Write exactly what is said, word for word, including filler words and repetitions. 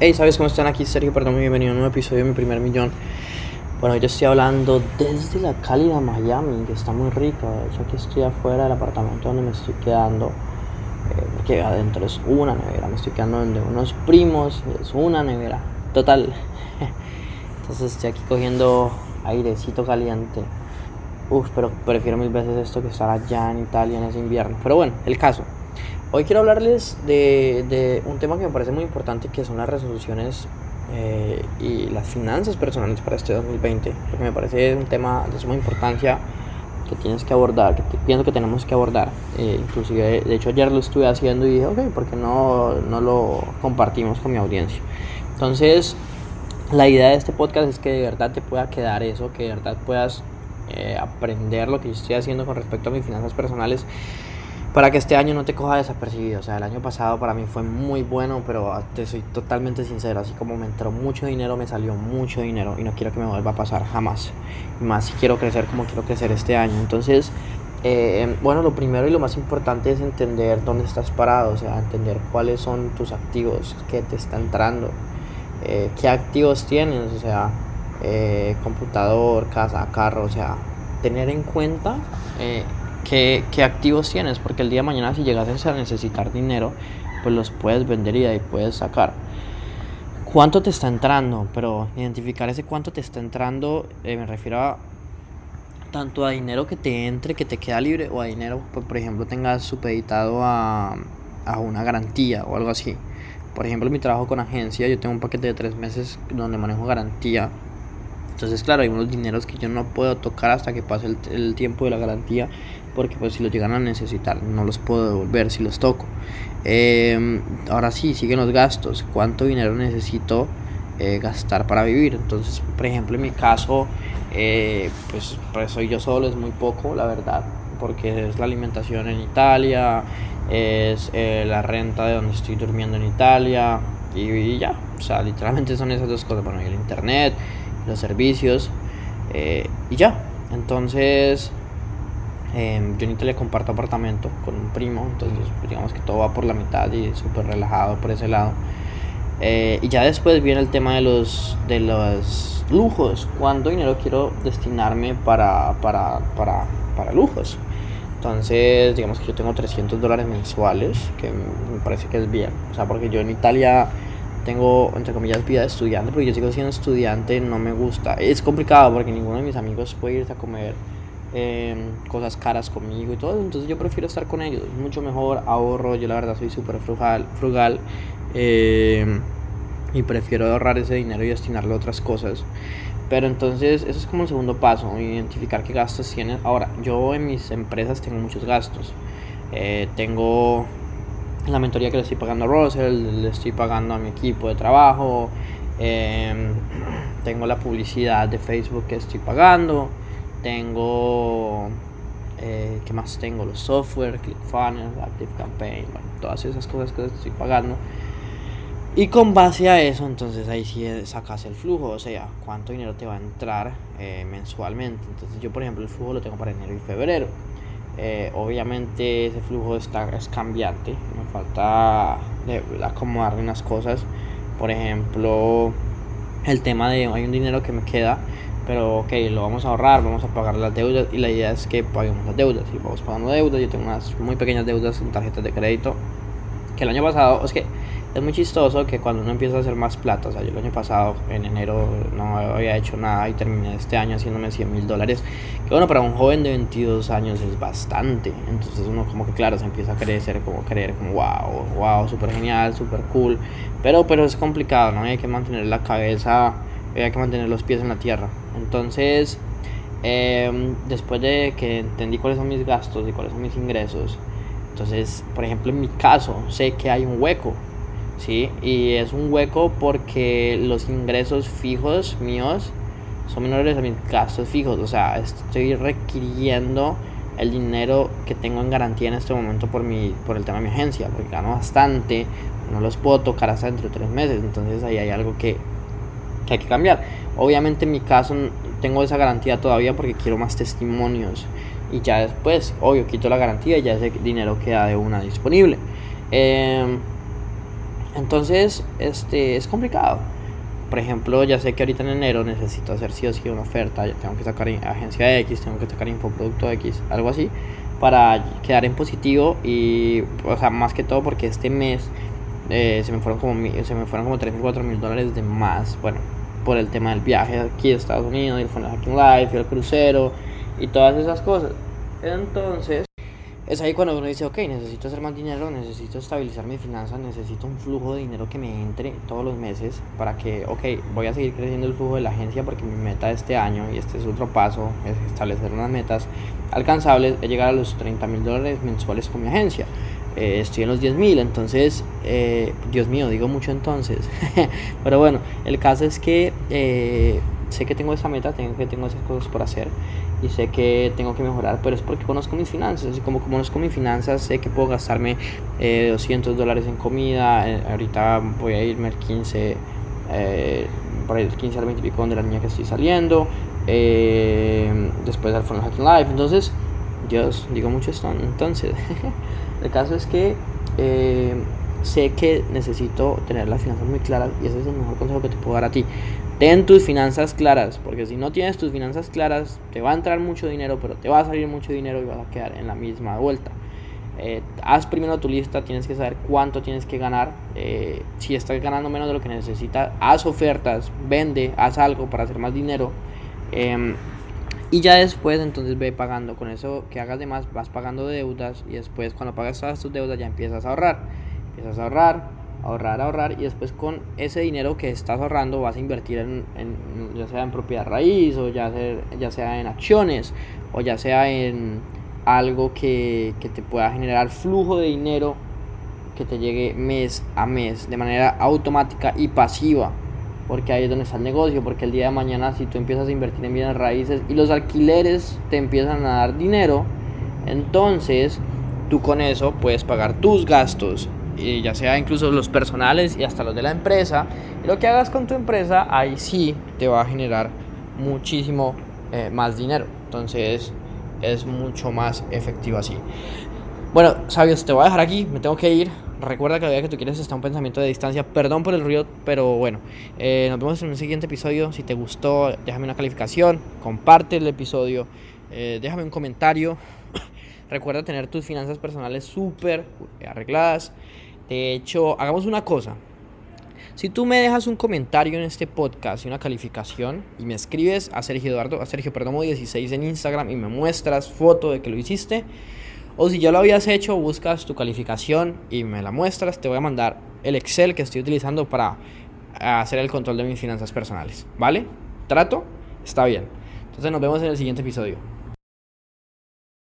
Hey, ¿sabes cómo están? Aquí Sergio, perdón, muy bienvenido a un nuevo episodio de Mi Primer Millón. Bueno, yo estoy hablando desde la cálida Miami, que está muy rica. De hecho, aquí estoy afuera del apartamento donde me estoy quedando, eh, que adentro es una nevera. Me estoy quedando donde unos primos, es una nevera. Total. Entonces estoy aquí cogiendo airecito caliente. Uf, pero prefiero mil veces esto que estar allá en Italia en ese invierno. Pero bueno, el caso. Hoy quiero hablarles de, de un tema que me parece muy importante, que son las resoluciones eh, y las finanzas personales para este dos mil veinte. Porque me parece un tema de suma importancia que tienes que abordar, que te, pienso que tenemos que abordar. Eh, inclusive, de hecho, ayer lo estuve haciendo y dije, ok, ¿por qué no, no lo compartimos con mi audiencia? Entonces, la idea de este podcast es que de verdad te pueda quedar eso, que de verdad puedas eh, aprender lo que yo estoy haciendo con respecto a mis finanzas personales, para que este año no te coja desapercibido. O sea, el año pasado para mí fue muy bueno, pero te soy totalmente sincero, así como me entró mucho dinero, me salió mucho dinero y no quiero que me vuelva a pasar jamás. Y más si quiero crecer como quiero crecer este año. Entonces, eh, bueno, lo primero y lo más importante es entender dónde estás parado, o sea, entender cuáles son tus activos, qué te está entrando, eh, qué activos tienes, o sea, eh, computador, casa, carro, o sea, tener en cuenta eh, ¿Qué, qué activos tienes? Porque el día de mañana, si llegases a necesitar dinero, pues los puedes vender y de ahí puedes sacar. ¿Cuánto te está entrando? Pero identificar ese cuánto te está entrando, eh, me refiero a tanto a dinero que te entre, que te queda libre, o a dinero, pues, por ejemplo, tengas supeditado a, a una garantía o algo así. Por ejemplo, en mi trabajo con agencia, yo tengo un paquete de tres meses donde manejo garantía. Entonces, claro, hay unos dineros que yo no puedo tocar hasta que pase el, el tiempo de la garantía, porque pues si los llegan a necesitar no los puedo devolver si los toco. Eh, ahora sí, siguen los gastos. ¿Cuánto dinero necesito eh, gastar para vivir? Entonces, por ejemplo, en mi caso, eh, pues, pues soy yo solo, es muy poco, la verdad, porque es la alimentación en Italia, es eh, la renta de donde estoy durmiendo en Italia y, y ya, o sea, literalmente son esas dos cosas. Bueno, y el internet, los servicios eh, y ya. Entonces eh, yo en Italia comparto apartamento con un primo, entonces pues, digamos que todo va por la mitad y súper relajado por ese lado. Eh, y ya después viene el tema de los de los lujos. ¿Cuánto dinero quiero destinarme para, para, para, para lujos? Entonces digamos que yo tengo trescientos dólares mensuales, que me parece que es bien, o sea, porque yo en Italia tengo, entre comillas, vida de estudiante, porque yo sigo siendo estudiante, no me gusta. Es complicado porque ninguno de mis amigos puede irse a comer eh, cosas caras conmigo y todo, entonces yo prefiero estar con ellos, mucho mejor, ahorro. Yo la verdad soy súper frugal, frugal eh, y prefiero ahorrar ese dinero y destinarlo a otras cosas. Pero entonces eso es como el segundo paso, identificar qué gastos tienes. Ahora, yo en mis empresas tengo muchos gastos. Eh, tengo la mentoría que le estoy pagando a Russell, le estoy pagando a mi equipo de trabajo, eh, tengo la publicidad de Facebook que estoy pagando, tengo, eh, ¿qué más tengo? Los software, ClickFunnels, ActiveCampaign, bueno, todas esas cosas que estoy pagando. Y con base a eso, entonces ahí sí sacas el flujo, o sea, cuánto dinero te va a entrar eh, mensualmente. Entonces yo, por ejemplo, el flujo lo tengo para enero y febrero. Eh, obviamente ese flujo está, es cambiante, me falta de, de acomodar unas cosas. Por ejemplo, el tema de hay un dinero que me queda, pero ok, lo vamos a ahorrar, vamos a pagar las deudas, y la idea es que paguemos las deudas y vamos pagando deudas. Yo tengo unas muy pequeñas deudas en tarjetas de crédito, que el año pasado, es que es muy chistoso que cuando uno empieza a hacer más plata, o sea, yo el año pasado en enero no había hecho nada y terminé este año haciéndome cien mil dólares, que bueno, para un joven de veintidós años es bastante. Entonces uno como que claro, se empieza a crecer, como creer, como wow, wow, súper genial, súper cool, pero, pero es complicado, ¿no? Hay que mantener la cabeza, hay que mantener los pies en la tierra. Entonces, eh, después de que entendí cuáles son mis gastos y cuáles son mis ingresos, entonces, por ejemplo, en mi caso, sé que hay un hueco, ¿sí? Y es un hueco porque los ingresos fijos míos son menores a mis gastos fijos. O sea, estoy requiriendo el dinero que tengo en garantía en este momento por mi, por el tema de mi agencia, porque gano bastante, no los puedo tocar hasta dentro de tres meses. Entonces ahí hay algo que, que hay que cambiar. Obviamente en mi caso tengo esa garantía todavía porque quiero más testimonios, y ya después, obvio, quito la garantía y ya ese dinero queda de una disponible. Eh, Entonces, este, es complicado. Por ejemplo, ya sé que ahorita en enero necesito hacer sí o sí una oferta, ya tengo que sacar agencia X, tengo que sacar infoproducto X, algo así, para quedar en positivo. Y, o sea, más que todo porque este mes eh, se me fueron como se me fueron como tres mil, cuatro mil dólares de más, bueno, por el tema del viaje aquí a Estados Unidos, y el Funnel Hacking Live, y el crucero, y todas esas cosas. Entonces, es ahí cuando uno dice, ok, necesito hacer más dinero, necesito estabilizar mis finanzas, necesito un flujo de dinero que me entre todos los meses para que, ok, voy a seguir creciendo el flujo de la agencia, porque mi meta de este año, y este es otro paso, es establecer unas metas alcanzables, es llegar a los treinta mil dólares mensuales con mi agencia. Eh, estoy en los diez mil, entonces, eh, Dios mío, digo mucho entonces, pero bueno, el caso es que eh, sé que tengo esa meta, tengo que tengo esas cosas por hacer, y sé que tengo que mejorar, pero es porque conozco mis finanzas. Y como conozco mis finanzas, sé que puedo gastarme eh, doscientos dólares en comida. Eh, ahorita voy a irme el quince, eh, por el quince al veinte y pico de la niña que estoy saliendo, eh, después al Funnel Hacking Live. Entonces, Dios, digo mucho esto. Entonces, el caso es que eh, sé que necesito tener las finanzas muy claras, y ese es el mejor consejo que te puedo dar a ti. Ten tus finanzas claras, porque si no tienes tus finanzas claras, te va a entrar mucho dinero, pero te va a salir mucho dinero y vas a quedar en la misma vuelta. Eh, haz primero tu lista, tienes que saber cuánto tienes que ganar. Eh, si estás ganando menos de lo que necesitas, haz ofertas, vende, haz algo para hacer más dinero. Eh, y ya después entonces ve pagando. Con eso que hagas de más, vas pagando deudas, y después cuando pagas todas tus deudas ya empiezas a ahorrar. Empiezas a ahorrar. ahorrar, ahorrar, y después con ese dinero que estás ahorrando vas a invertir en, en ya sea en propiedad raíz, o ya sea, ya sea en acciones, o ya sea en algo que, que te pueda generar flujo de dinero que te llegue mes a mes de manera automática y pasiva, porque ahí es donde está el negocio. Porque el día de mañana, si tú empiezas a invertir en bienes raíces y los alquileres te empiezan a dar dinero, entonces tú con eso puedes pagar tus gastos, y ya sea incluso los personales y hasta los de la empresa. Y lo que hagas con tu empresa, ahí sí te va a generar muchísimo eh, más dinero. Entonces es mucho más efectivo así. Bueno, sabios, te voy a dejar aquí, me tengo que ir. Recuerda que la vida que tú quieres está un pensamiento de distancia. Perdón por el ruido, pero bueno, eh, nos vemos en un siguiente episodio. Si te gustó, déjame una calificación, comparte el episodio, eh, déjame un comentario. Recuerda tener tus finanzas personales súper arregladas. De hecho, hagamos una cosa. Si tú me dejas un comentario en este podcast y una calificación, y me escribes a Sergio Eduardo, a Sergio Perdomo dieciséis en Instagram, y me muestras foto de que lo hiciste, o si ya lo habías hecho, buscas tu calificación y me la muestras, te voy a mandar el Excel que estoy utilizando para hacer el control de mis finanzas personales. ¿Vale? ¿Trato? Está bien. Entonces nos vemos en el siguiente episodio.